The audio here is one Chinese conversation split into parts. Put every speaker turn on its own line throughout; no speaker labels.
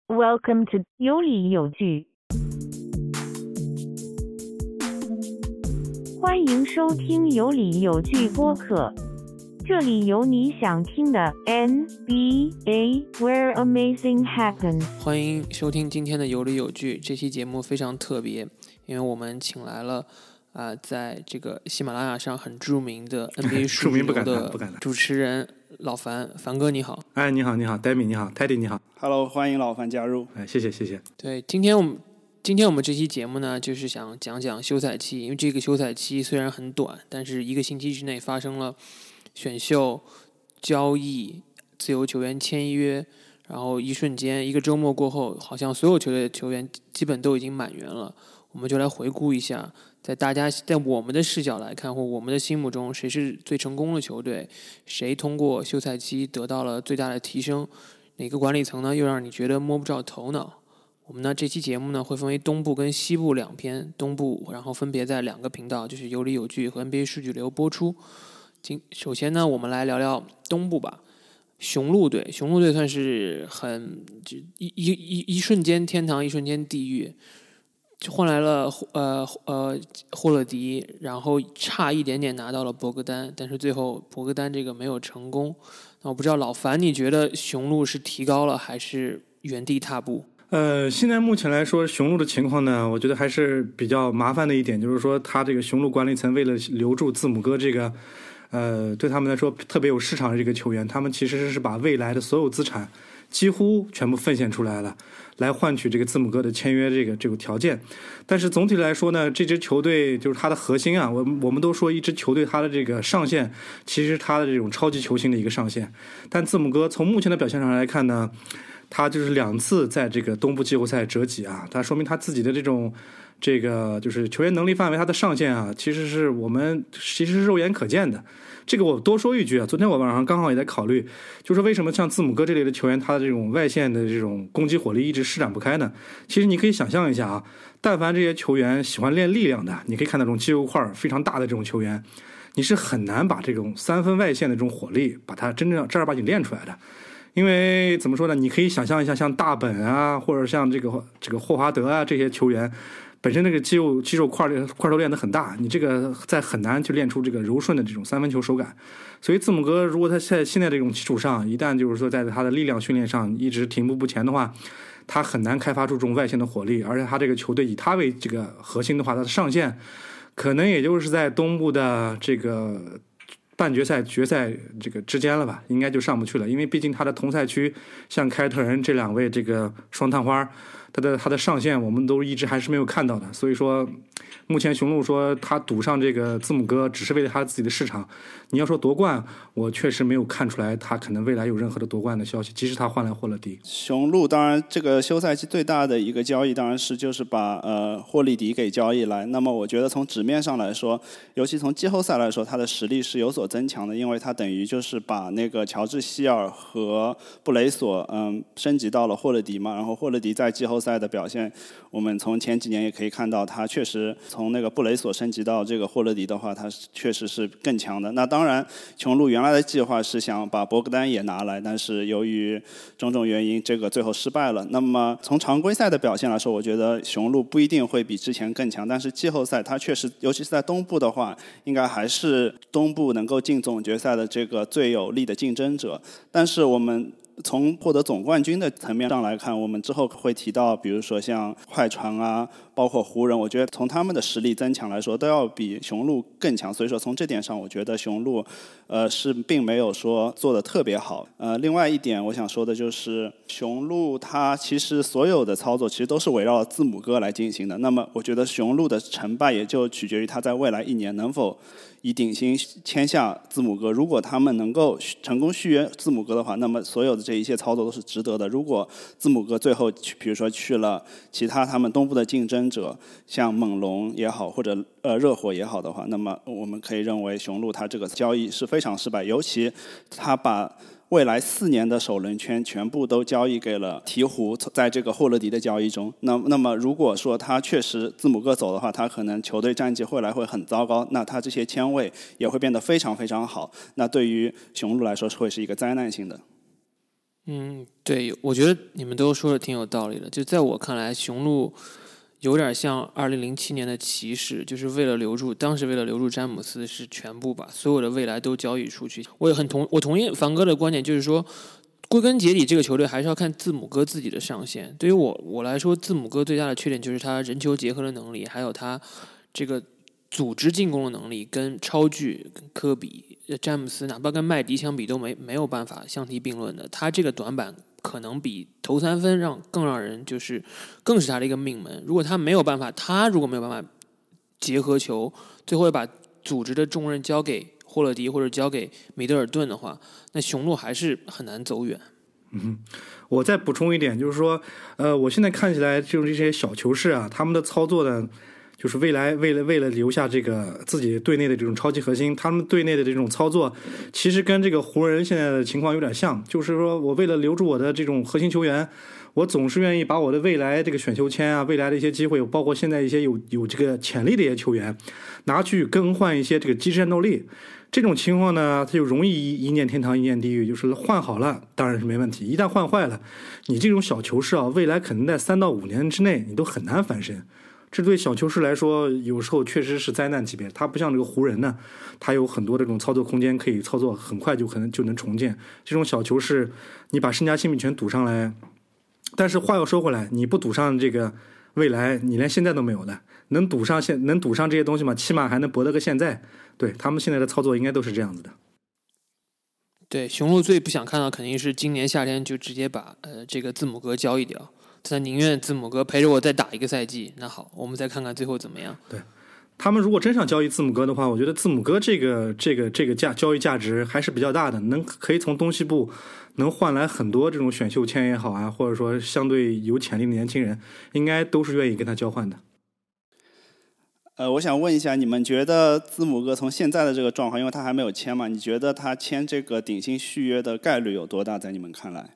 Welcome to 有理有据，欢迎收听有理有据播客，这里有你想听的 NBA Where Amazing Happens。
欢迎收听今天的有理有据，这期节目非常特别，因为我们请来了在这个喜马拉雅上很著名的 NBA 数据流的主持人老樊，樊哥你好。
哎，你好，你好 ，Demi 你好 ，Teddy 你好
，Hello， 欢迎老樊加入。
哎，谢谢。
对，今天我们这期节目呢，就是想讲讲休赛期，因为这个休赛期虽然很短，但是一个星期之内发生了选秀、交易、自由球员签约，然后一瞬间一个周末过后，好像所有球队的球员基本都已经满员了。我们就来回顾一下，在我们的视角来看，或我们的心目中，谁是最成功的球队，谁通过休赛期得到了最大的提升，哪个管理层呢又让你觉得摸不着头脑。我们呢这期节目呢会分为东部跟西部两篇，东部然后分别在两个频道，就是有理有据和 NBA 数据流播出。首先呢我们来聊聊东部吧。雄鹿队算是很一瞬间天堂，一瞬间地狱，换来了霍勒迪，然后差一点点拿到了博格丹，但是最后博格丹这个没有成功。那我不知道老樊，你觉得雄鹿是提高了还是原地踏步？
现在目前来说，雄鹿的情况呢，我觉得还是比较麻烦的一点，就是说他这个雄鹿管理层为了留住字母哥这个对他们来说特别有市场的这个球员，他们其实是把未来的所有资产几乎全部奉献出来了，来换取这个字母哥的签约这个条件。但是总体来说呢，这支球队就是它的核心啊，我们都说一支球队它的这个上限其实它的这种超级球星的一个上限。但字母哥从目前的表现上来看呢，他就是2次在这个东部季后赛折戟啊，他说明他自己的这个就是球员能力范围，他的上限啊，其实是肉眼可见的。这个我多说一句啊，昨天我晚上刚好也在考虑，就是为什么像字母哥这类的球员，他的这种外线的这种攻击火力一直施展不开呢？其实你可以想象一下啊，但凡这些球员喜欢练力量的，你可以看到这种肌肉块非常大的这种球员，你是很难把这种3分外线的这种火力，把它真正正儿八经练出来的。因为怎么说呢，你可以想象一下，像大本啊，或者像这个霍华德啊这些球员，本身这个肌肉块头练得很大，你这个再很难去练出这个柔顺的这种3分球手感。所以字母哥如果他在现在这种基础上，一旦就是说在他的力量训练上一直停步不前的话，他很难开发出这种外线的火力。而且他这个球队以他为这个核心的话，他的上限可能也就是在东部的这个半决赛、决赛这个之间了吧，应该就上不去了。因为毕竟他的同赛区像凯尔特人这2位这个双探花，他的上限我们都一直还是没有看到的。所以说目前雄鹿说他赌上这个字母哥只是为了他自己的市场，你要说夺冠，我确实没有看出来他可能未来有任何的夺冠的消息，即使他换来霍勒迪。
雄鹿当然这个休赛期最大的一个交易当然是就是把霍利迪给交易来。那么我觉得从纸面上来说，尤其从季后赛来说，他的实力是有所增强的，因为他等于就是把那个乔治希尔和布雷索升级到了霍勒迪嘛。然后霍勒迪在季后赛的表现，我们从前几年也可以看到，他确实从那个布雷索升级到这个霍勒迪的话，他确实是更强的。那当然雄鹿原来的计划是想把博格丹也拿来，但是由于种种原因，这个最后失败了。那么从常规赛的表现来说，我觉得雄鹿不一定会比之前更强，但是季后赛它确实，尤其是在东部的话，应该还是东部能够进总决赛的这个最有力的竞争者。但是我们从获得总冠军的层面上来看，我们之后会提到比如说像快船啊，包括湖人，我觉得从他们的实力增强来说都要比雄鹿更强。所以说从这点上，我觉得雄鹿是并没有说做得特别好。另外一点我想说的就是雄鹿它其实所有的操作其实都是围绕字母哥来进行的。那么我觉得雄鹿的成败也就取决于他在未来1年能否以顶薪签下字母哥。如果他们能够成功续约字母哥的话，那么所有的这一切操作都是值得的。如果字母哥最后比如说去了其他他们东部的竞争者，像猛龙也好，或者热火也好的话，那么我们可以认为雄鹿他这个交易是非常失败。尤其他把未来4年的首轮签全部都交易给了鹈鹕，在这个霍勒迪的交易中。那么如果说他确实字母哥走的话，他可能球队战绩会很糟糕，那他这些签位也会变得非常非常好，那对于雄鹿来说是会是一个灾难性的。
对，我觉得你们都说的挺有道理的。就在我看来，雄鹿有点像2007年的骑士，就是当时为了留住詹姆斯，是全部把所有的未来都交易出去。我同意凡哥的观点，就是说，归根结底，这个球队还是要看字母哥自己的上限。对于我来说，字母哥最大的缺点就是他人球结合的能力，还有他这个组织进攻的能力，跟超巨、跟科比、詹姆斯，哪怕跟麦迪相比，都没有办法相提并论的。他这个短板可能比投3分更让人更是他的一个命门。如果他如果没有办法结合球，最后把组织的重任交给霍勒迪或者交给米德尔顿的话，那雄鹿还是很难走远。
我再补充一点，就是说，我现在看起来就是这些小球士啊，他们的操作呢，就是为了留下这个自己队内的这种超级核心，他们队内的这种操作，其实跟这个湖人现在的情况有点像，就是说我为了留住我的这种核心球员，我总是愿意把我的未来这个选秀签啊，未来的一些机会，包括现在一些有这个潜力的一些球员，拿去更换一些这个即时战斗力。这种情况呢，它就容易一念天堂一念地狱，就是换好了当然是没问题，一旦换坏了，你这种小球士啊，未来可能在3到5年之内你都很难翻身。这对小球士来说，有时候确实是灾难级别。他不像这个湖人呢，他有很多这种操作空间，可以操作很快可能就能重建。这种小球士，你把身家性命全赌上来，但是话又说回来，你不赌上这个未来，你连现在都没有的。能赌上这些东西吗？起码还能博得个现在。对，他们现在的操作应该都是这样子的。
对，雄鹿最不想看到肯定是今年夏天就直接把这个字母哥交易掉。他宁愿字母哥陪着我再打一个赛季。那好，我们再看看最后怎么样。
对，他们如果真想交易字母哥的话，我觉得字母哥这个交易价值还是比较大的，可以从东西部能换来很多这种选秀签也好啊，或者说相对有潜力的年轻人，应该都是愿意跟他交换的。
我想问一下，你们觉得字母哥从现在的这个状况，因为他还没有签嘛，你觉得他签这个顶薪续约的概率有多大？在你们看来？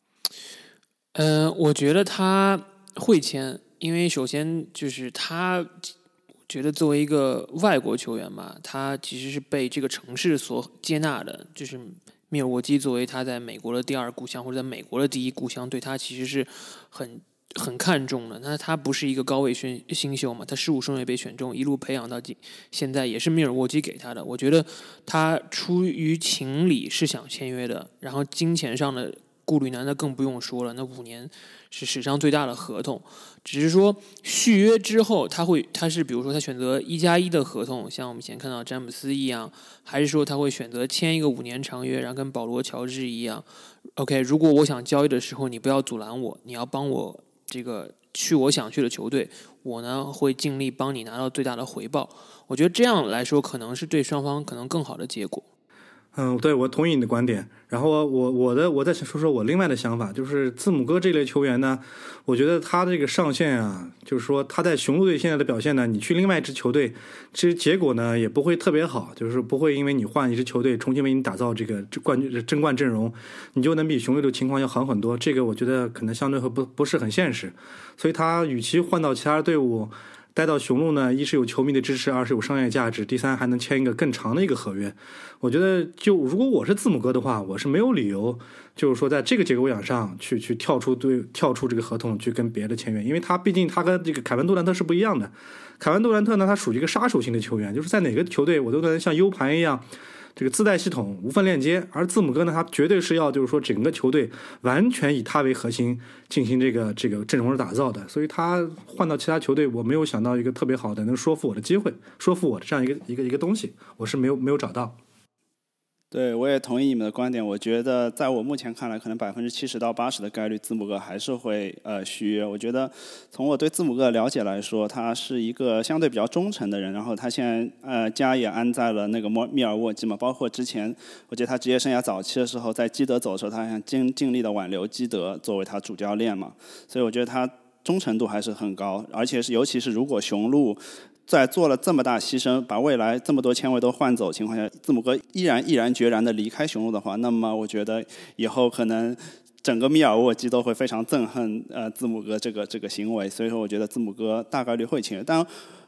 我觉得他会签，因为首先就是他觉得作为一个外国球员嘛，他其实是被这个城市所接纳的，就是密尔沃基作为他在美国的第二故乡或者在美国的第一故乡，对他其实是很看重的。那他不是一个高位新秀嘛，他15顺位被选中，一路培养到现在，也是密尔沃基给他的。我觉得他出于情理是想签约的，然后金钱上的顾虑难道更不用说了，那5年是史上最大的合同。只是说续约之后他是比如说他选择1+1的合同，像我们以前看到詹姆斯一样，还是说他会选择签一个5年长约，然后跟保罗乔治一样 OK， 如果我想交易的时候你不要阻拦我，你要帮我这个去我想去的球队，我呢会尽力帮你拿到最大的回报。我觉得这样来说可能是对双方可能更好的结果。
对，我同意你的观点。然后我再说说我另外的想法，就是字母哥这类球员呢，我觉得他这个上限啊，就是说他在雄鹿队现在的表现呢，你去另外一支球队，其实结果呢也不会特别好，就是不会因为你换一支球队重新为你打造这个争冠阵容，你就能比雄鹿队的情况要好很多。这个我觉得可能相对会不是很现实，所以他与其换到其他队伍，待到雄鹿呢，一是有球迷的支持，二是有商业价值，第三还能签一个更长的一个合约。我觉得如果我是字母哥的话，我是没有理由就是说在这个结构养上去跳出这个合同去跟别的签约，因为毕竟他跟这个凯文杜兰特是不一样的。凯文杜兰特呢，他属于一个杀手型的球员，就是在哪个球队我都能像 U 盘一样这个自带系统无缝链接，而字母哥呢，他绝对是要就是说整个球队完全以他为核心进行这个阵容的打造的，所以他换到其他球队，我没有想到一个特别好的能说服我的机会，说服我的这样一个东西，我是没有找到。
对，我也同意你们的观点。我觉得在我目前看来，可能70%到80%的概率字母哥还是会续约。我觉得从我对字母哥的了解来说，他是一个相对比较忠诚的人。然后他现在家也安在了那个密尔沃基嘛，包括之前我记得他职业生涯早期的时候，在基德走的时候，他想尽力的挽留基德作为他主教练嘛。所以我觉得他忠诚度还是很高，而且尤其是如果雄鹿在做了这么大牺牲，把未来这么多签位都换走情况下，字母哥毅然决然的离开雄鹿的话，那么我觉得以后可能整个密尔沃基都会非常憎恨字母哥这个行为。所以说我觉得字母哥大概率会签约。但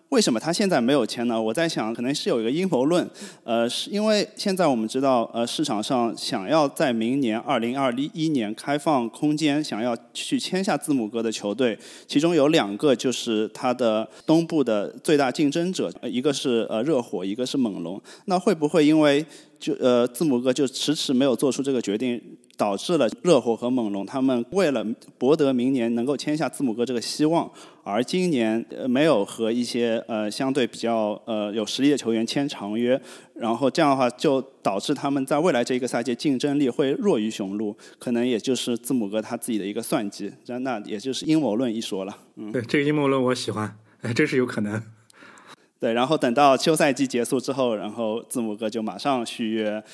为什么他现在没有签呢？我在想，可能是有一个阴谋论，是因为现在我们知道，市场上想要在明年2021年开放空间，想要去签下字母哥的球队，其中有2个就是他的东部的最大竞争者，一个是热火，一个是猛龙。那会不会因为字母哥就迟迟没有做出这个决定，导致了热火和猛龙他们为了博得明年能够签下字母哥这个希望，而今年没有和一些相对比较有实力的球员签长约，然后这样的话就导致他们在未来这一个赛季竞争力会弱于雄鹿，可能也就是字母哥他自己的一个算计，那也就是阴谋论一说了。
对，这个阴谋论我喜欢，这是有可能。
对，然后等到休赛季结束之后，然后字母哥就马上续约，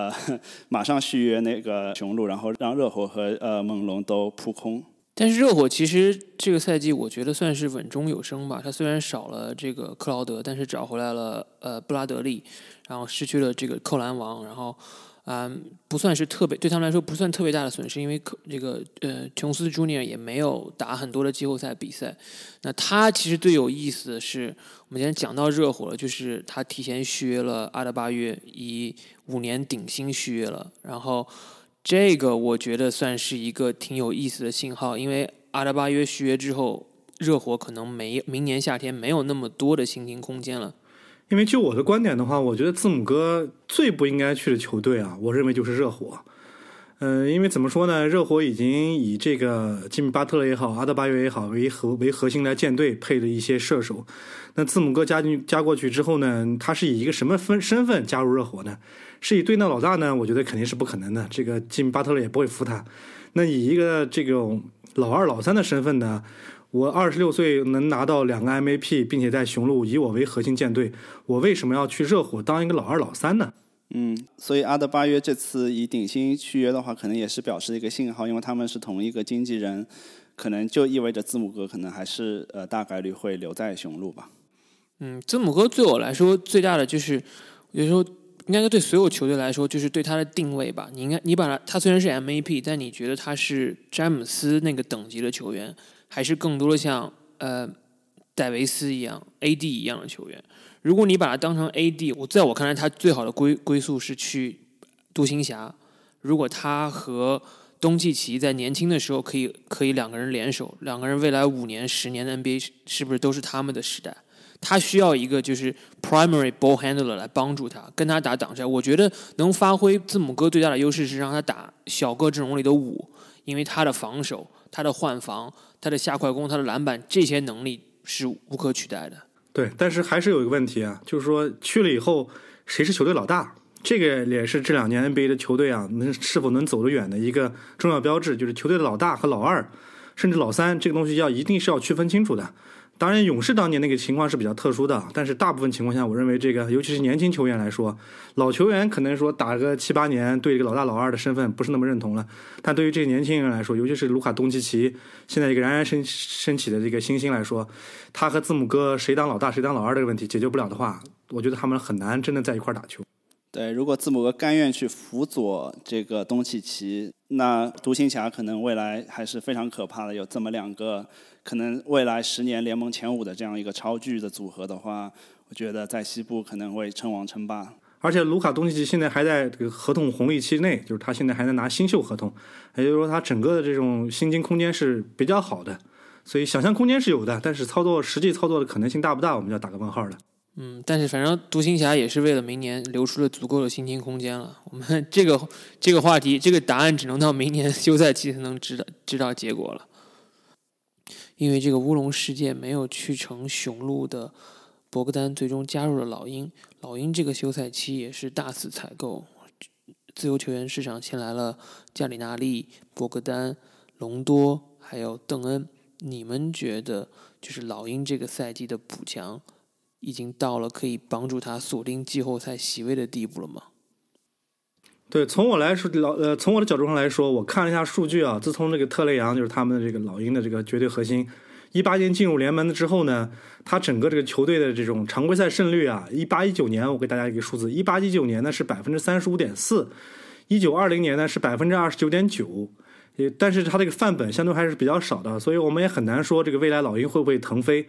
那个雄鹿，然后让热火和猛龙都扑空。
但是热火其实这个赛季我觉得算是稳中有升吧，他虽然少了这个克劳德，但是找回来了布拉德利，然后失去了这个扣篮王，然后不算是对他们来说不算特别大的损失，因为这个琼斯 Junior 也没有打很多的季后赛比赛。那他其实最有意思的是，我们今天讲到热火了，就是他提前续约了阿德巴约，以5年顶薪续约了，然后这个我觉得算是一个挺有意思的信号，因为阿德巴约续约之后，热火可能明年夏天没有那么多的薪金空间了。
因为就我的观点的话，我觉得字母哥最不应该去的球队啊，我认为就是热火。因为怎么说呢，热火已经以这个吉米巴特勒也好，阿德巴约也好为核心来建队，配的一些射手。那字母哥加过去之后呢，他是以一个什么身份加入热火呢？是以队内老大呢？我觉得肯定是不可能的，这个吉米巴特勒也不会服他。那以一个这种老2老3的身份呢，我26岁能拿到2个 MVP， 并且在雄鹿以我为核心建队，我为什么要去热火当一个老2老3呢？
所以阿德巴约这次以顶薪续约的话，可能也是表示一个信号，因为他们是同一个经纪人，可能就意味着字母哥可能还是大概率会留在雄鹿吧。
字母哥对我来说最大的就是，有时候应该对所有球队来说，就是对他的定位吧。你把他虽然是 MVP， 但你觉得他是詹姆斯那个等级的球员，还是更多的像戴维斯一样 AD 一样的球员？如果你把他当成 AD， 在我看来他最好的归宿是去独行侠。如果他和东契奇在年轻的时候可以2个人联手，2个人未来5年10年的 NBA 是不是都是他们的时代？他需要一个就是 primary ball handler 来帮助他，跟他打挡拆。我觉得能发挥字母哥最大的优势是让他打小个阵容里的5，因为他的防守、他的换防、他的下快攻、他的篮板这些能力是无可取代的。
对，但是还是有一个问题啊，就是说去了以后谁是球队老大？这个也是这2年 NBA 的球队啊，是否能走得远的一个重要标志，就是球队的老大和老2，甚至老3，这个东西一定是要区分清楚的。当然勇士当年那个情况是比较特殊的，但是大部分情况下我认为这个尤其是年轻球员来说，老球员可能说打个7、8年对这个老大老2的身份不是那么认同了，但对于这个年轻人来说，尤其是卢卡东契奇现在一个冉冉升起的这个新星来说，他和字母哥谁当老大谁当老2这个问题解决不了的话，我觉得他们很难真的在一块打球。
对，如果字母哥甘愿去辅佐这个东契奇，那独行侠可能未来还是非常可怕的。有这么2个可能未来10年联盟前5的这样一个超巨的组合的话，我觉得在西部可能会称王称霸。
而且卢卡东契奇现在还在这个合同红利期内，就是他现在还在拿新秀合同，也就是说他整个的这种薪金空间是比较好的，所以想象空间是有的，但是实际操作的可能性大不大，我们就要打个问号了。
但是反正独行侠也是为了明年留出了足够的薪金空间了。我们这个话题，这个答案只能到明年休赛期才能知道结果了。因为这个乌龙事件没有去成雄鹿的博格丹最终加入了老鹰这个休赛期也是大肆采购，自由球员市场签来了加里纳利、博格丹、隆多还有邓恩。你们觉得就是老鹰这个赛季的补强已经到了可以帮助他锁定季后赛席位的地步了吗？
对，从我的角度上来说，我看了一下数据啊，自从这个特雷杨就是他们的这个老鹰的这个绝对核心，18年进入联盟之后呢，他整个这个球队的这种常规赛胜率啊，18-19年我给大家一个数字，18-19年呢是 35.4%， 19-20年呢是 29.9%， 但是他这个范本相对还是比较少的，所以我们也很难说这个未来老鹰会不会腾飞。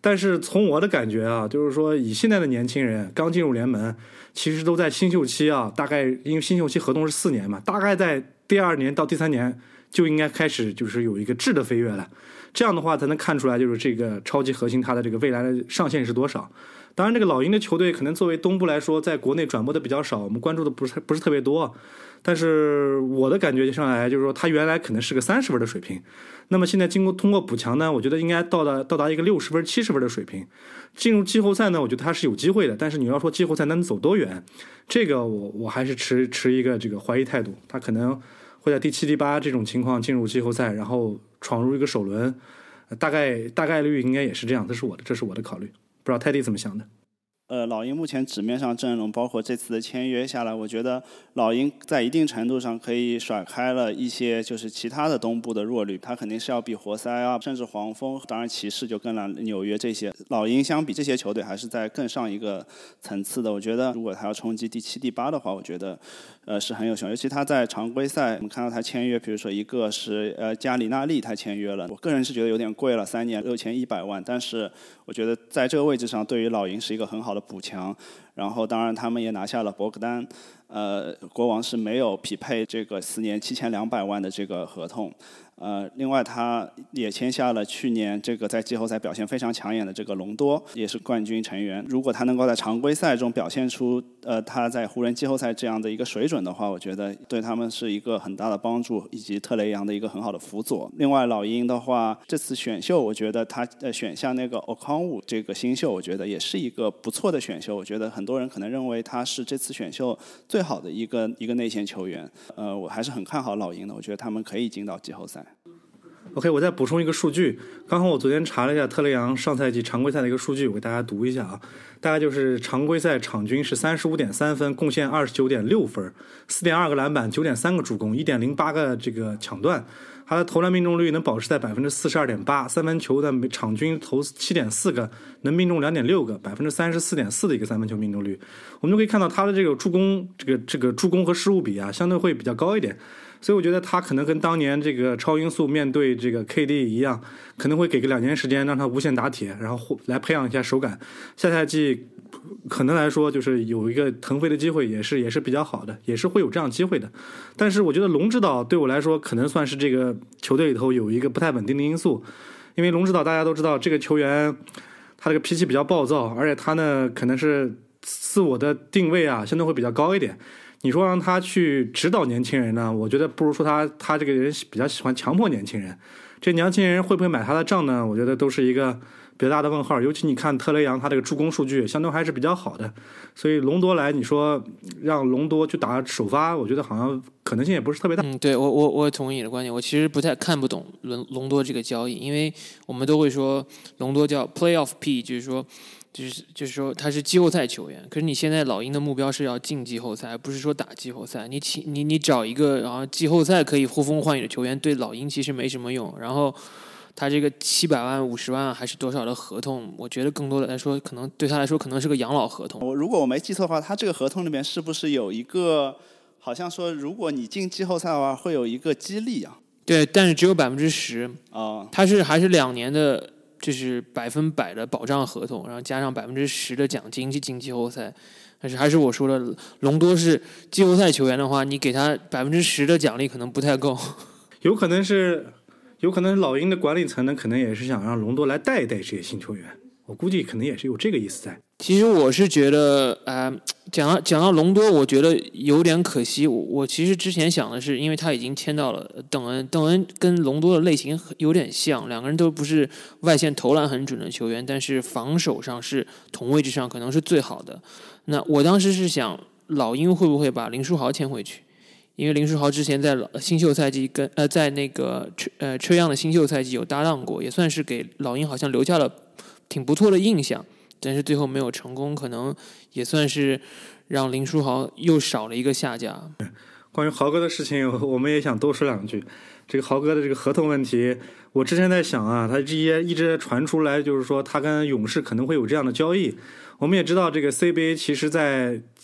但是从我的感觉啊，就是说以现在的年轻人刚进入联盟，其实都在新秀期啊，大概因为新秀期合同是4年嘛，大概在第2年到第3年就应该开始就是有一个质的飞跃了。这样的话才能看出来，就是这个超级核心它的这个未来的上限是多少。当然，这个老鹰的球队可能作为东部来说，在国内转播的比较少，我们关注的不是特别多。但是我的感觉上来，就是说他原来可能是个30分的水平，那么现在通过补强呢，我觉得应该到达一个60分、70分的水平。进入季后赛呢，我觉得他是有机会的。但是你要说季后赛能走多远，这个我还是持一个这个怀疑态度。他可能会在第7、第8这种情况进入季后赛，然后闯入一个首轮，大概率应该也是这样。这是我的考虑，不知道泰迪怎么想的。
老鹰目前纸面上阵容，包括这次的签约下来，我觉得老鹰在一定程度上可以甩开了一些就是其他的东部的弱旅，他肯定是要比活塞啊，甚至黄蜂，当然骑士就更了，纽约这些，老鹰相比这些球队还是在更上一个层次的。我觉得如果他要冲击第7、第8的话，我觉得是很有希望。尤其他在常规赛，我们看到他签约，比如说一个是加里纳利，他签约了，我个人是觉得有点贵了，3年6100万，但是我觉得在这个位置上，对于老鹰是一个很好的补强。然后当然他们也拿下了博格丹，国王是没有匹配这个4年7200万的这个合同。另外他也签下了去年这个在季后赛表现非常抢眼的这个隆多，也是冠军成员。如果他能够在常规赛中表现出他在湖人季后赛这样的一个水准的话，我觉得对他们是一个很大的帮助，以及特雷杨的一个很好的辅佐。另外老鹰的话，这次选秀我觉得他选下那个奥康武这个新秀，我觉得也是一个不错的选秀。我觉得很多人可能认为他是这次选秀最好的一个内线球员。我还是很看好老鹰的，我觉得他们可以进到季后赛。
OK， 我再补充一个数据。刚好我昨天查了一下特雷杨上赛季常规赛的一个数据，我给大家读一下啊。大概就是常规赛场均是35.3分，贡献29.6分， 4.2个篮板， 9.3个助攻， 1.08个这个抢断。他的投篮命中率能保持在 42.8%， 三分球的场均投 7.4个，能命中 2.6个， 34.4% 的一个三分球命中率。我们就可以看到他的这个助攻这个助攻和失误比啊，相对会比较高一点。所以我觉得他可能跟当年这个超音速面对这个 KD 一样，可能会给个2年时间让他无限打铁，然后来培养一下手感。下赛季可能来说就是有一个腾飞的机会，也是比较好的，也是会有这样机会的。但是我觉得龙指导对我来说可能算是这个球队里头有一个不太稳定的因素，因为龙指导大家都知道这个球员他这个脾气比较暴躁，而且他呢可能是自我的定位啊相对会比较高一点。你说让他去指导年轻人呢，我觉得不如说他这个人比较喜欢强迫年轻人。这年轻人会不会买他的账呢？我觉得都是一个比较大的问号。尤其你看特雷杨他这个助攻数据相对还是比较好的，所以隆多来你说让隆多去打首发，我觉得好像可能性也不是特别大。
对，我同意你的观点。我其实不太看不懂隆多这个交易，因为我们都会说隆多叫 Playoff P， 就是说他是季后赛球员，可是你现在老鹰的目标是要进季后赛，不是说打季后赛。你找一个然后季后赛可以呼风唤雨的球员，对老鹰其实没什么用。然后他这个700万、50万还是多少的合同，我觉得更多的来说，可能对他来说可能是个养老合同。
如果我没记错的话，他这个合同里面是不是有一个，好像说如果你进季后赛的话，会有一个激励啊？对，
但是只有10%啊，他还是2年的。就是100%的保障合同，然后加上10%的奖金去进季后赛。但是还是我说的，隆多是季后赛球员的话，你给他10%的奖励可能不太够。
有可能是老鹰的管理层呢，可能也是想让隆多来带一带这些新球员。我估计可能也是有这个意思在。
其实我是觉得，讲到隆多，我觉得有点可惜。我其实之前想的是，因为他已经签到了邓恩跟隆多的类型有点像，两个人都不是外线投篮很准的球员，但是防守上是同位置上可能是最好的。那我当时是想，老鹰会不会把林书豪签回去？因为林书豪之前在新秀赛季在那个吹样的新秀赛季有搭档过，也算是给老鹰好像留下了挺不错的印象。但是最后没有成功，可能也算是让林书豪又少了一个下家。
关于豪哥的事情，我们也想多说2句。这个豪哥的这个合同问题，我之前在想啊，他一直传出来，就是说他跟勇士可能会有这样的交易。我们也知道，这个 CBA 其实在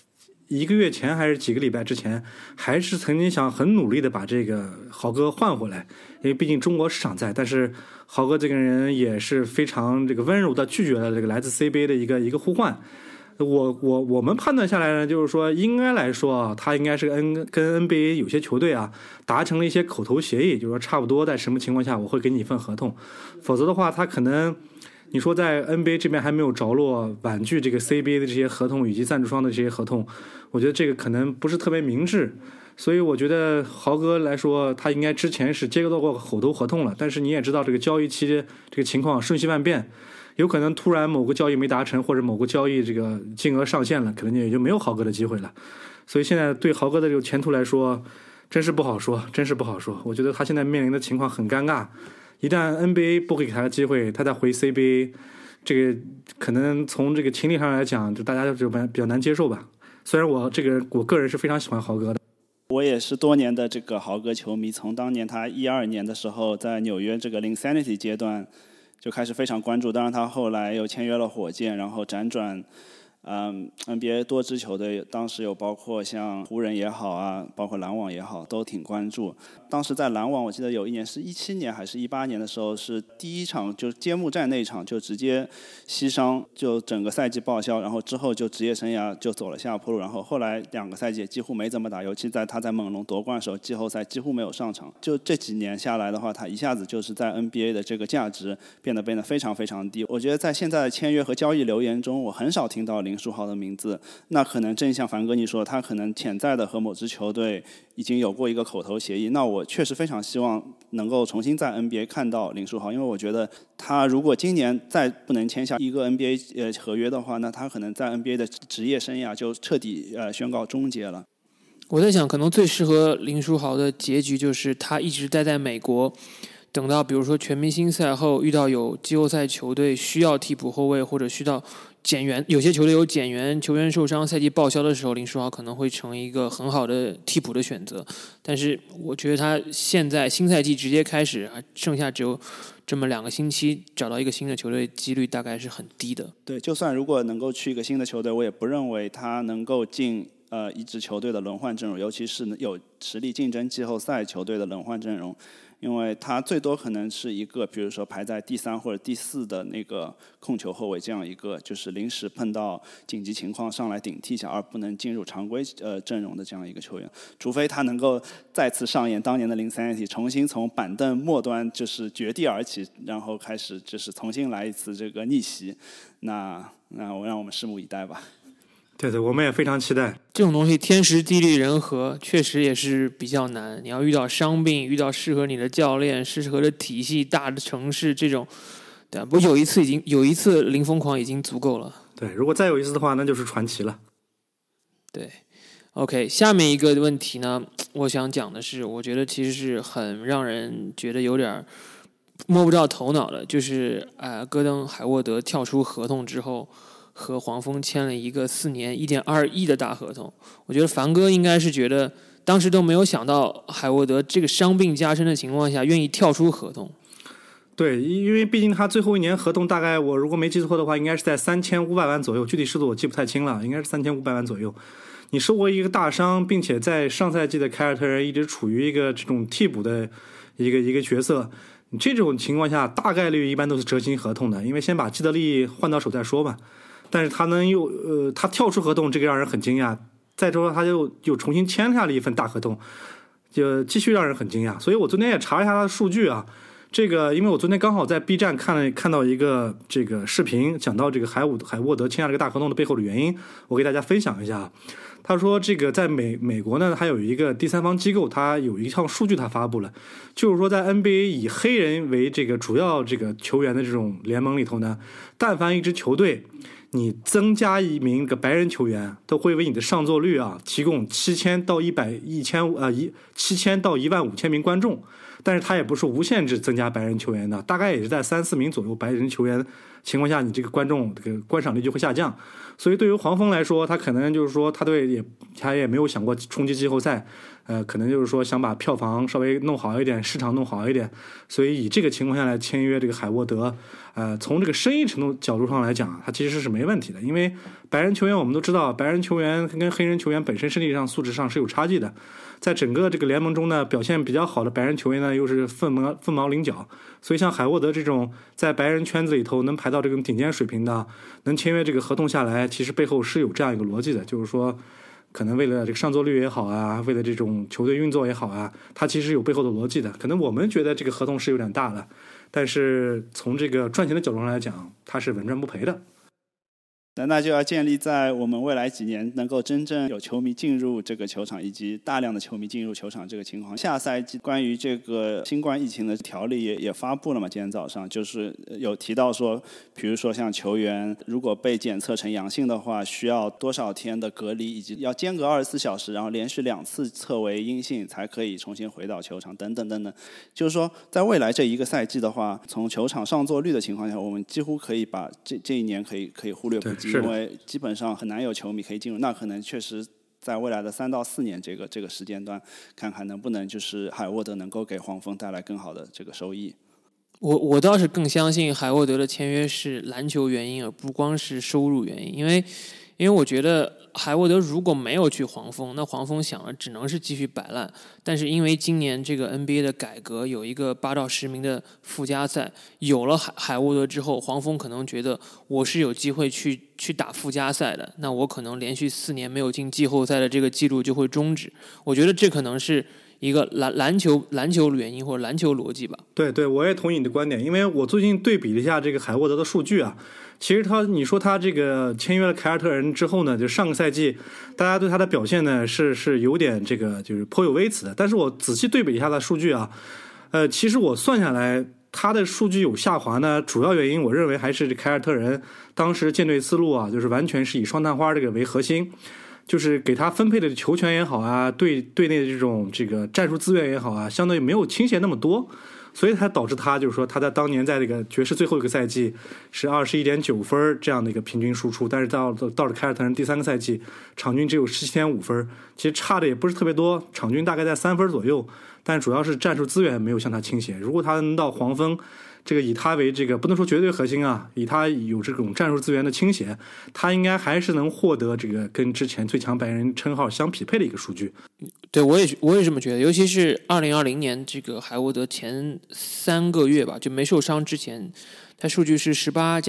1个月前还是几个礼拜之前，还是曾经想很努力的把这个豪哥换回来，因为毕竟中国市场在。但是豪哥这个人也是非常这个温柔的拒绝了这个来自 CBA 的一个呼唤。我们判断下来呢，就是说应该来说啊，他应该是跟 NBA 有些球队啊达成了一些口头协议，就是说差不多在什么情况下我会给你一份合同，否则的话他可能你说在 NBA 这边还没有着落婉拒这个 CBA 的这些合同以及赞助商的这些合同，我觉得这个可能不是特别明智。所以我觉得豪哥来说，他应该之前是接到过口头合同了，但是你也知道这个交易期这个情况瞬息万变，有可能突然某个交易没达成，或者某个交易这个金额上限了，可能也就没有豪哥的机会了。所以现在对豪哥的这个前途来说，真是不好说。我觉得他现在面临的情况很尴尬，一旦 NBA 不给他的机会，他再回 CBA， 这个可能从这个情理上来讲，就大家就比较难接受吧。虽然我个人是非常喜欢豪哥的。
我也是多年的这个豪哥球迷，从当年他12年的时候在纽约这个 Linsanity 阶段就开始非常关注，当然他后来又签约了火箭，然后辗转NBA 多支球队，当时有包括像湖人也好啊，包括篮网也好，都挺关注。当时在篮网，我记得有一年是17年还是18年的时候，是第一场就揭幕战那一场就直接膝伤，就整个赛季报销，然后之后就职业生涯就走了下坡路，然后后来2个赛季几乎没怎么打，尤其在他在猛龙夺冠的时候，季后赛几乎没有上场。就这几年下来的话，他一下子就是在 NBA 的这个价值变得非常非常低。我觉得在现在的签约和交易留言中，我很少听到林书豪的名字。那可能正像樊哥你说，他可能潜在的和某支球队已经有过一个口头协议。那我确实非常希望能够重新在 NBA 看到林书豪，因为我觉得他如果今年再不能签下一个 NBA 合约的话，那他可能在 NBA 的职业生涯就彻底宣告终结了。
我在想，可能最适合林书豪的结局就是他一直待在美国，等到比如说全明星赛后遇到有季后赛球队需要替补后卫，或者需要减员，有些球队有减员，球员受伤，赛季报销的时候，林书豪可能会成为一个很好的替补的选择。但是我觉得他现在新赛季直接开始，剩下只有这么2个星期，找到一个新的球队几率大概是很低的。
对，就算如果能够去一个新的球队，我也不认为他能够进一支球队的轮换阵容，尤其是有实力竞争季后赛球队的轮换阵容。因为他最多可能是一个，比如说排在第3或者第4的那个控球后卫，这样一个就是临时碰到紧急情况上来顶替一下，而不能进入常规阵容的这样一个球员。除非他能够再次上演当年的Linsanity，重新从板凳末端就是绝地而起，然后开始就是重新来一次这个逆袭。那让我们拭目以待吧。
对，我们也非常期待。
这种东西天时地利人和确实也是比较难，你要遇到伤病，遇到适合你的教练，适合的体系，大的城市，这种对吧？不过有一次零疯狂已经足够了。
对，如果再有一次的话，那就是传奇了。
对 OK， 下面一个问题呢，我想讲的是，我觉得其实是很让人觉得有点摸不着头脑的，就是戈登海沃德跳出合同之后和黄蜂签了一个4年1.2亿的大合同。我觉得樊哥应该是觉得当时都没有想到海沃德这个伤病加深的情况下愿意跳出合同。
对，因为毕竟他最后1年合同大概我如果没记错的话，应该是在3500万左右，具体数字我记不太清了，应该是3500万左右。你受过一个大伤，并且在上赛季的凯尔特人一直处于一个这种替补的一个角色，这种情况下大概率一般都是折新合同的，因为先把基德利换到手再说吧。但是他他跳出合同，这个让人很惊讶。再说他又重新签下了一份大合同，就继续让人很惊讶。所以我昨天也查了一下他的数据啊，这个因为我昨天刚好在 B 站看到一个这个视频，讲到这个海沃德签下这个大合同的背后的原因，我给大家分享一下。他说这个在美国呢，还有一个第三方机构，他有一项数据他发布了，就是说在 NBA 以黑人为这个主要这个球员的这种联盟里头呢，但凡一支球队你增加一名个白人球员，都会为你的上座率提供7000到15000名观众。但是他也不是无限制增加白人球员的，大概也是在3-4名左右白人球员情况下，你这个观众这个观赏力就会下降。所以对于黄蜂来说，他可能就是说他也没有想过冲击季后赛，可能就是说想把票房稍微弄好一点，市场弄好一点，所以以这个情况下来签约这个海沃德，从这个生意程度角度上来讲，他其实是没问题的，因为白人球员我们都知道，白人球员跟黑人球员本身身体上素质上是有差距的，在整个这个联盟中呢，表现比较好的白人球员呢又是凤毛麟角，所以像海沃德这种在白人圈子里头能排到这种顶尖水平的，能签约这个合同下来，其实背后是有这样一个逻辑的，就是说可能为了这个上座率也好啊，为了这种球队运作也好啊，它其实有背后的逻辑的。可能我们觉得这个合同是有点大了，但是从这个赚钱的角度上来讲，它是稳赚不赔的。
那就要建立在我们未来几年能够真正有球迷进入这个球场，以及大量的球迷进入球场这个情况。下赛季关于这个新冠疫情的条例也发布了嘛？今天早上就是有提到说，比如说像球员如果被检测成阳性的话，需要多少天的隔离，以及要间隔24小时，然后连续2次测为阴性才可以重新回到球场，等等等等。就是说，在未来这一个赛季的话，从球场上座率的情况下，我们几乎可以把这一年可以忽略不计。因为基本上很难有球迷可以进入，那可能确实在未来的3到4年这个时间段，看看能不能就是海沃德能够给黄蜂带来更好的这个收益。
我倒是更相信海沃德的签约是篮球原因，而不光是收入原因，因为我觉得海沃德如果没有去黄蜂，那黄蜂想了只能是继续摆烂。但是因为今年这个 NBA 的改革，有一个8到10名的附加赛，有了海沃德之后，黄蜂可能觉得我是有机会去打附加赛的，那我可能连续4年没有进季后赛的这个记录就会终止。我觉得这可能是一个篮球原因或者篮球逻辑吧。
对，我也同意你的观点，因为我最近对比了一下这个海沃德的数据啊。其实你说他这个签约了凯尔特人之后呢，就上个赛季大家对他的表现呢是有点这个就是颇有微词的。但是我仔细对比一下他的数据啊，其实我算下来他的数据有下滑呢，主要原因我认为还是凯尔特人当时建队思路啊，就是完全是以双探花这个为核心，就是给他分配的球权也好啊，队内的这个战术资源也好啊，相对没有倾斜那么多。所以才导致他就是说他在当年在这个爵士最后一个赛季是21.9分这样的一个平均输出，但是到了凯尔特人第3个赛季场均只有17.5分，其实差的也不是特别多，场均大概在3分左右，但主要是战术资源没有向他倾斜。如果他能到黄蜂，这个以他为这个不能说绝对核心啊，以他有这种战术资源的倾斜，他应该还是能获得这个跟之前最强白人称号相匹配的一个数据。
对，我也这么觉得，尤其是2020年这个海沃德前3个月吧，就没受伤之前，他数据是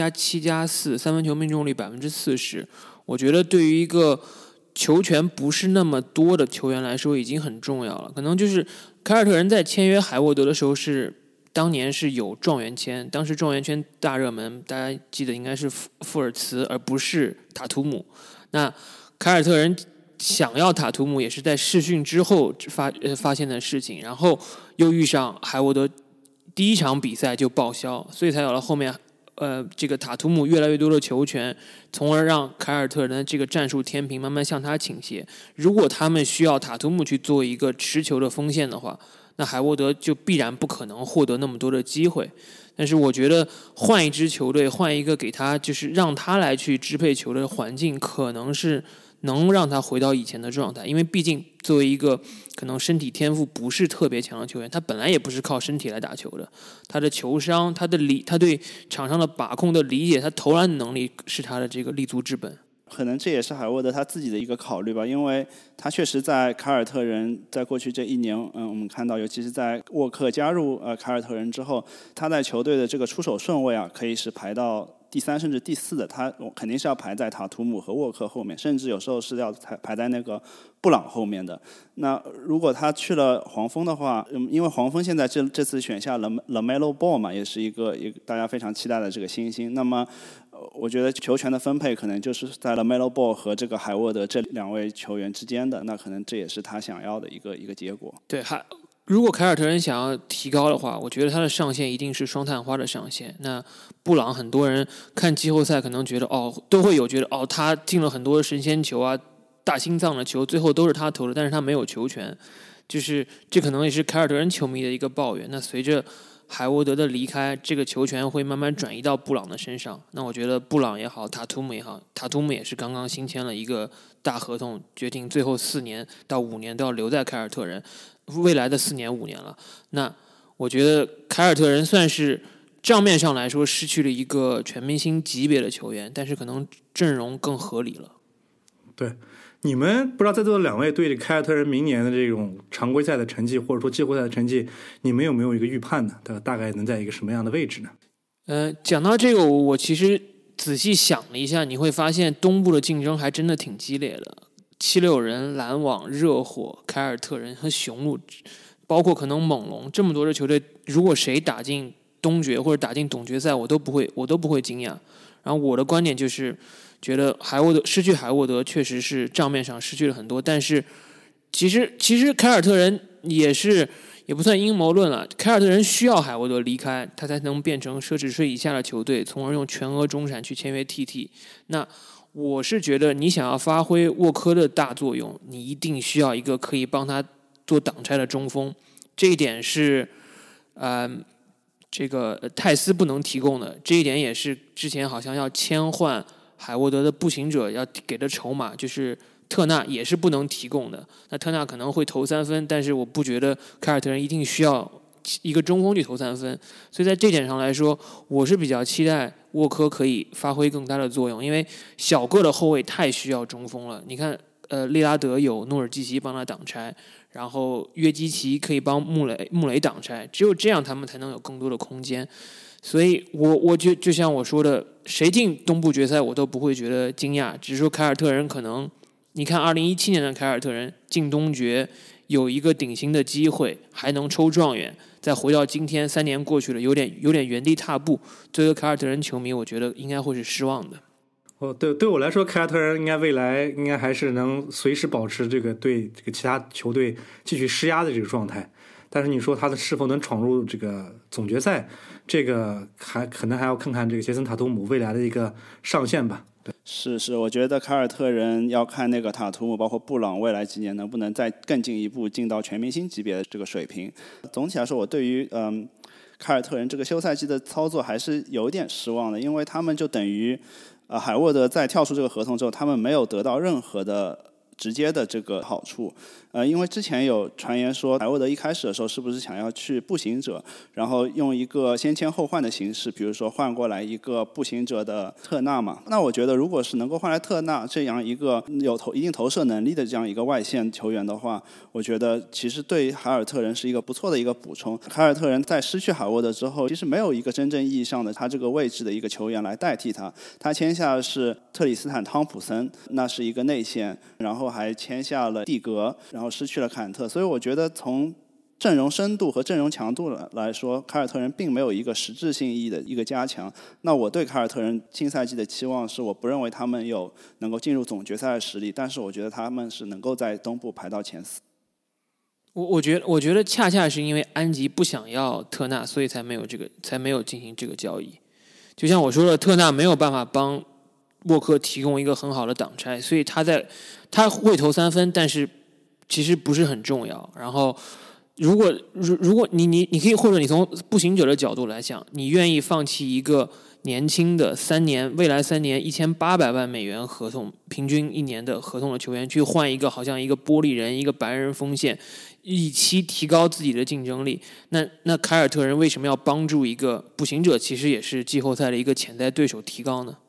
18+7+4，三分球命中率40%。我觉得对于一个球权不是那么多的球员来说，已经很重要了。可能就是凯尔特人在签约海沃德的时候当年是有状元签，当时状元签大热门，大家记得应该是富尔茨，而不是塔图姆。那凯尔特人想要塔图姆也是在试训之后发现的事情，然后又遇上海沃德第1场比赛就报销，所以才有了后面这个塔图姆越来越多的球权，从而让凯尔特人的这个战术天平慢慢向他倾斜。如果他们需要塔图姆去做一个持球的锋线的话，那海沃德就必然不可能获得那么多的机会。但是我觉得换一支球队，换一个给他就是让他来去支配球的环境，可能是能让他回到以前的状态。因为毕竟作为一个可能身体天赋不是特别强的球员，他本来也不是靠身体来打球的，他的球商，他对场上的把控的理解，他投篮的能力是他的这个立足之本。
可能这也是海沃德他自己的一个考虑吧，因为他确实在凯尔特人在过去这1年，我们看到，尤其是在沃克加入凯尔特人之后，他在球队的这个出手顺位啊，可以是排到第3甚至第4的，他肯定是要排在塔图姆和沃克后面，甚至有时候是要排在那个布朗后面的。那如果他去了黄蜂的话，因为黄蜂现在这次选下了 LaMelo Ball 嘛，也是一个大家非常期待的这个新星。那么我觉得球权的分配可能就是在LaMelo Ball和这个海沃德这2位球员之间的，那可能这也是他想要的一个结果。
对，如果凯尔特人想要提高的话，我觉得他的上限一定是双探花的上限。那布朗很多人看季后赛可能觉得都会有觉得他进了很多神仙球啊，大心脏的球，最后都是他投的，但是他没有球权，就是这可能也是凯尔特人球迷的一个抱怨。那随着海沃德的离开，这个球权会慢慢转移到布朗的身上。那我觉得布朗也好，塔图姆也好，塔图姆也是刚刚新签了一个大合同，决定最后4年到5年都要留在凯尔特人，未来的4年5年了。那我觉得凯尔特人算是账面上来说失去了一个全明星级别的球员，但是可能阵容更合理了。
对，你们不知道在座的2位对凯尔特人明年的这种常规赛的成绩或者说季后赛的成绩，你们有没有一个预判呢？大概能在一个什么样的位置呢？
讲到这个，我其实仔细想了一下，你会发现东部的竞争还真的挺激烈的。76人、篮网、热火、凯尔特人和雄鹿，包括可能猛龙，这么多的球队，如果谁打进东决或者打进总决赛，我都不会惊讶。然后我的观点就是觉得失去海沃德确实是账面上失去了很多，但是其实凯尔特人也不算阴谋论了，凯尔特人需要海沃德离开，他才能变成奢侈税以下的球队，从而用全额中产去签约 TT。那我是觉得你想要发挥沃科的大作用，你一定需要一个可以帮他做挡拆的中锋，这一点是这个泰斯不能提供的，这一点也是之前好像要签换海沃德的步行者要给的筹码，就是特纳也是不能提供的。那特纳可能会投3分，但是我不觉得凯尔特人一定需要一个中锋去投3分，所以在这点上来说，我是比较期待沃科可以发挥更大的作用，因为小个的后卫太需要中锋了。你看，利拉德有诺尔基奇帮他挡拆，然后约基奇可以帮穆雷挡拆，只有这样他们才能有更多的空间。所以我就像我说的，谁进东部决赛我都不会觉得惊讶，只是说凯尔特人可能，你看2017年的凯尔特人进东决有一个顶薪的机会，还能抽状元，再回到今天3年过去了，有点原地踏步。作为凯尔特人球迷，我觉得应该会是失望的。
对我来说，凯尔特人未来应该还是能随时保持这个对这个其他球队继续施压的这个状态。但是你说他的是否能闯入这个总决赛，这个可能还要看看这个杰森塔图姆未来的一个上限吧。对，
是，我觉得凯尔特人要看那个塔图姆，包括布朗未来几年能不能再更进一步进到全明星级别的这个水平。总体来说，我对于凯尔特人这个休赛季的操作还是有点失望的，因为他们就等于海沃德在跳出这个合同之后，他们没有得到任何的直接的这个好处。因为之前有传言说海沃德一开始的时候是不是想要去步行者，然后用一个先签后换的形式，比如说换过来一个步行者的特纳嘛。那我觉得如果是能够换来特纳这样一个有一定投射能力的这样一个外线球员的话，我觉得其实对海尔特人是一个不错的一个补充。凯尔特人在失去海沃德之后，其实没有一个真正意义上的他这个位置的一个球员来代替他。他签下的是特里斯坦汤普森，那是一个内线，然后还签下了蒂格，然后失去了坎特，所以我觉得从阵容深度和阵容强度来说，凯尔特人并没有一个实质性意义的一个加强。那我对凯尔特人新赛季的期望是，我不认为他们有能够进入总决赛的实力，但是我觉得他们是能够在东部排到前4。
我觉得恰恰是因为安吉不想要特纳，所以才没有进行这个交易。就像我说的，特纳没有办法帮沃克提供一个很好的挡拆，所以他会投3分，但是其实不是很重要。然后如果你可以，或者你从步行者的角度来想，你愿意放弃一个年轻的未来3年$1800万合同，平均1年的合同的球员，去换一个好像一个玻璃人，一个白人锋线，以期提高自己的竞争力？那凯尔特人为什么要帮助一个步行者？其实也是季后赛的一个潜在对手提高呢？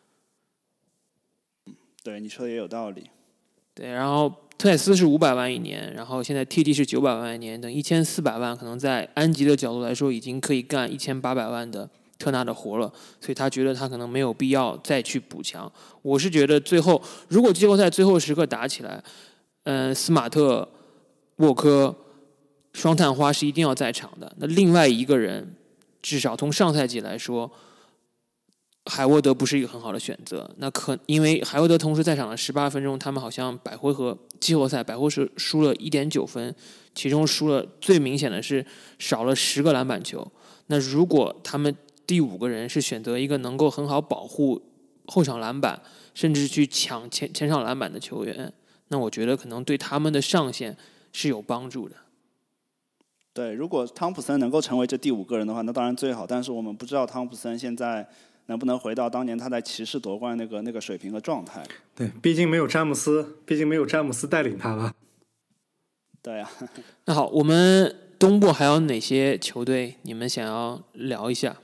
对，你说的也有道理。
对，然后特莱斯是500万1年，然后现在 TT 是900万1年，等1400万，可能在安吉的角度来说，已经可以干1800万的特纳的活了，所以他觉得他可能没有必要再去补强。我是觉得最后，如果季后赛最后时刻打起来，斯马特、沃科、双探花是一定要在场的。那另外一个人，至少从上赛季来说，海沃德不是一个很好的选择。因为海沃德同时在场了18分钟，他们好像季后赛百回合输了1.9分，其中输了最明显的是少了10个篮板球。那如果他们第5个人是选择一个能够很好保护后场篮板，甚至去抢前场篮板的球员，那我觉得可能对他们的上限是有帮助的。
对，如果汤普森能够成为这第5个人的话，那当然最好。但是我们不知道汤普森现在能不能回到当年他在骑士夺冠那个水平和状态。
对，毕竟没有詹姆斯带领他吧。
对啊。
那好，我们东部还有哪些球队你们想要聊一下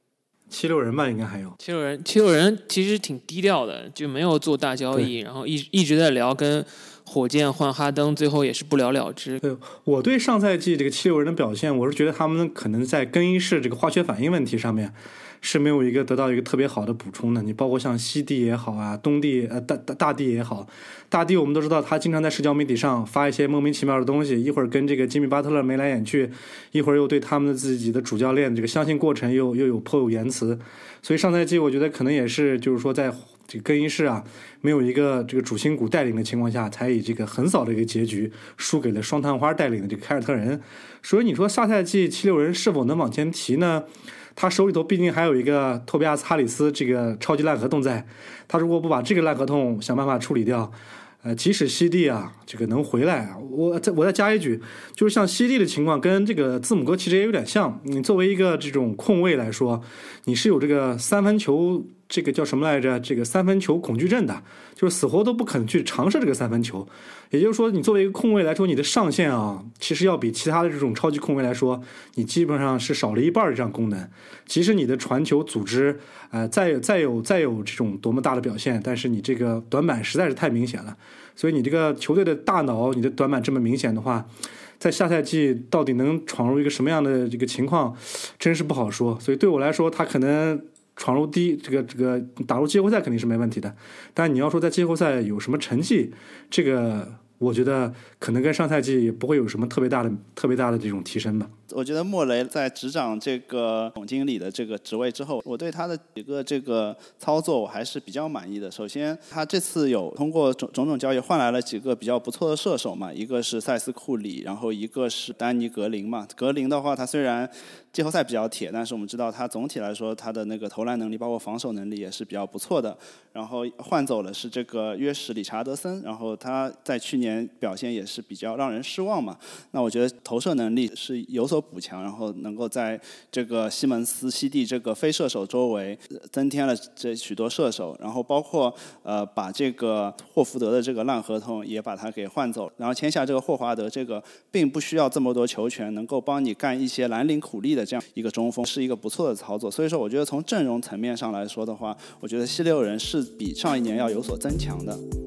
？76人吧，应该还有。
76人其实挺低调的，就没有做大交易，然后一直在聊跟火箭换哈登，最后也是不了了之。
对，我对上赛季这个76人的表现，我是觉得他们可能在更衣室这个化学反应问题上面是没有得到一个特别好的补充的。你包括像西帝也好啊，东帝大帝也好，大帝我们都知道他经常在社交媒体上发一些莫名其妙的东西，一会儿跟这个吉米巴特勒眉来眼去，一会儿又对他们自己的主教练这个相信过程又有颇有言辞。所以上赛季我觉得可能也是就是说在这个更衣室啊没有一个这个主心骨带领的情况下，才以这个横扫的一个结局输给了双探花带领的这个凯尔特人。所以你说下赛季76人是否能往前提呢？他手里头毕竟还有一个托比亚斯哈里斯这个超级烂合同在，他如果不把这个烂合同想办法处理掉，即使西帝啊这个能回来，我再加一句，就是像西帝的情况跟这个字母哥其实也有点像。你作为一个这种控卫来说，你是有这个三分球这个叫什么来着？这个三分球恐惧症的，就是死活都不肯去尝试这个三分球。也就是说，你作为一个控卫来说，你的上限啊，其实要比其他的这种超级控卫来说，你基本上是少了一半的这样功能。即使你的传球组织，再有这种多么大的表现，但是你这个短板实在是太明显了。所以你这个球队的大脑，你的短板这么明显的话，在下赛季到底能闯入一个什么样的这个情况，真是不好说。所以对我来说，他可能闯入这个打入季后赛肯定是没问题的，但你要说在季后赛有什么成绩，这个我觉得可能跟上赛季不会有什么特别大的这种提升吧。
我觉得莫雷在执掌这个总经理的这个职位之后，我对他的几个这个操作我还是比较满意的。首先，他这次有通过种种交易换来了几个比较不错的射手嘛，一个是塞斯库里，然后一个是丹尼格林嘛。格林的话，他虽然季后赛比较铁，但是我们知道他总体来说他的那个投篮能力包括防守能力也是比较不错的。然后换走了是这个约什理查德森，然后他在去年表现也是比较让人失望嘛。那我觉得投射能力是有所补强，然后能够在这个西门斯西蒂这个非射手周围增添了这许多射手，然后包括把这个霍福德的这个烂合同也把他给换走，然后签下这个霍华德，这个并不需要这么多球权，能够帮你干一些蓝领苦力的这样一个中锋，是一个不错的操作。所以说我觉得从阵容层面上来说的话，我觉得76人是比上一年要有所增强的。